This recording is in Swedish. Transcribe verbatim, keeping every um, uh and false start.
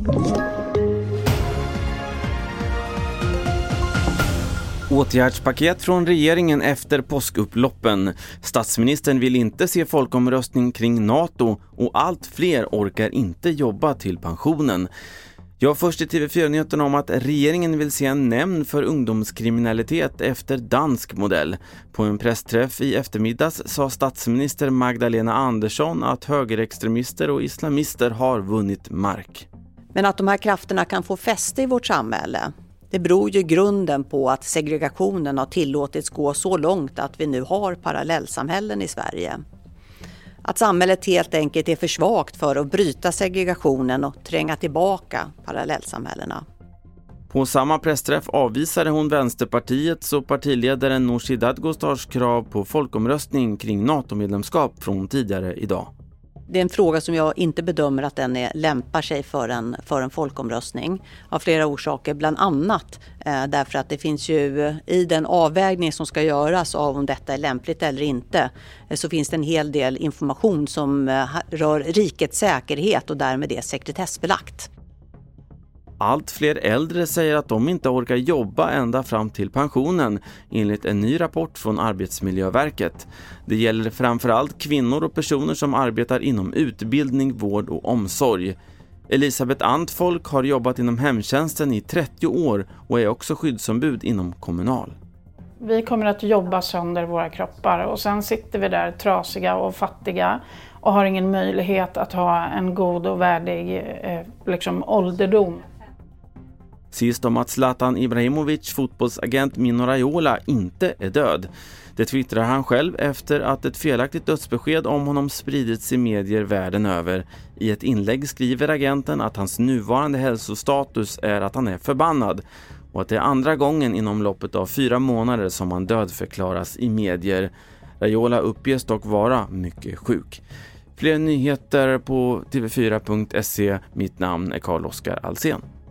Åtgärdspaket från regeringen efter påskupploppen. Statsministern vill inte se folkomröstning kring NATO och allt fler orkar inte jobba till pensionen. Jag först i T V fyra-nyheten om att regeringen vill se en nämnd för ungdomskriminalitet efter dansk modell. På en pressträff i eftermiddags sa statsminister Magdalena Andersson att högerextremister och islamister har vunnit mark. Men att de här krafterna kan få fäste i vårt samhälle, det beror ju grunden på att segregationen har tillåtits gå så långt att vi nu har parallellsamhällen i Sverige. Att samhället helt enkelt är för svagt för att bryta segregationen och tränga tillbaka parallellsamhällena. På samma pressträff avvisade hon Vänsterpartiets och partiledaren Nooshi Dadgostars krav på folkomröstning kring NATO-medlemskap från tidigare idag. Det är en fråga som jag inte bedömer att den är, lämpar sig för en, för en folkomröstning av flera orsaker. Bland annat eh, därför att det finns ju i den avvägning som ska göras av om detta är lämpligt eller inte eh, så finns det en hel del information som eh, rör rikets säkerhet och därmed är sekretessbelagt. Allt fler äldre säger att de inte orkar jobba ända fram till pensionen enligt en ny rapport från Arbetsmiljöverket. Det gäller framförallt kvinnor och personer som arbetar inom utbildning, vård och omsorg. Elisabeth Antfolk har jobbat inom hemtjänsten i trettio år och är också skyddsombud inom Kommunal. Vi kommer att jobba sönder våra kroppar och sen sitter vi där trasiga och fattiga och har ingen möjlighet att ha en god och värdig eh, liksom ålderdom. Sist om att Zlatan Ibrahimovic fotbollsagent Mino Raiola inte är död. Det twittrar han själv efter att ett felaktigt dödsbesked om honom spridits i medier världen över. I ett inlägg skriver agenten att hans nuvarande hälsostatus är att han är förbannad och att det är andra gången inom loppet av fyra månader som han dödförklaras i medier. Raiola uppges dock vara mycket sjuk. Fler nyheter på T V fyra punkt se. Mitt namn är Carl Oskar Alsen.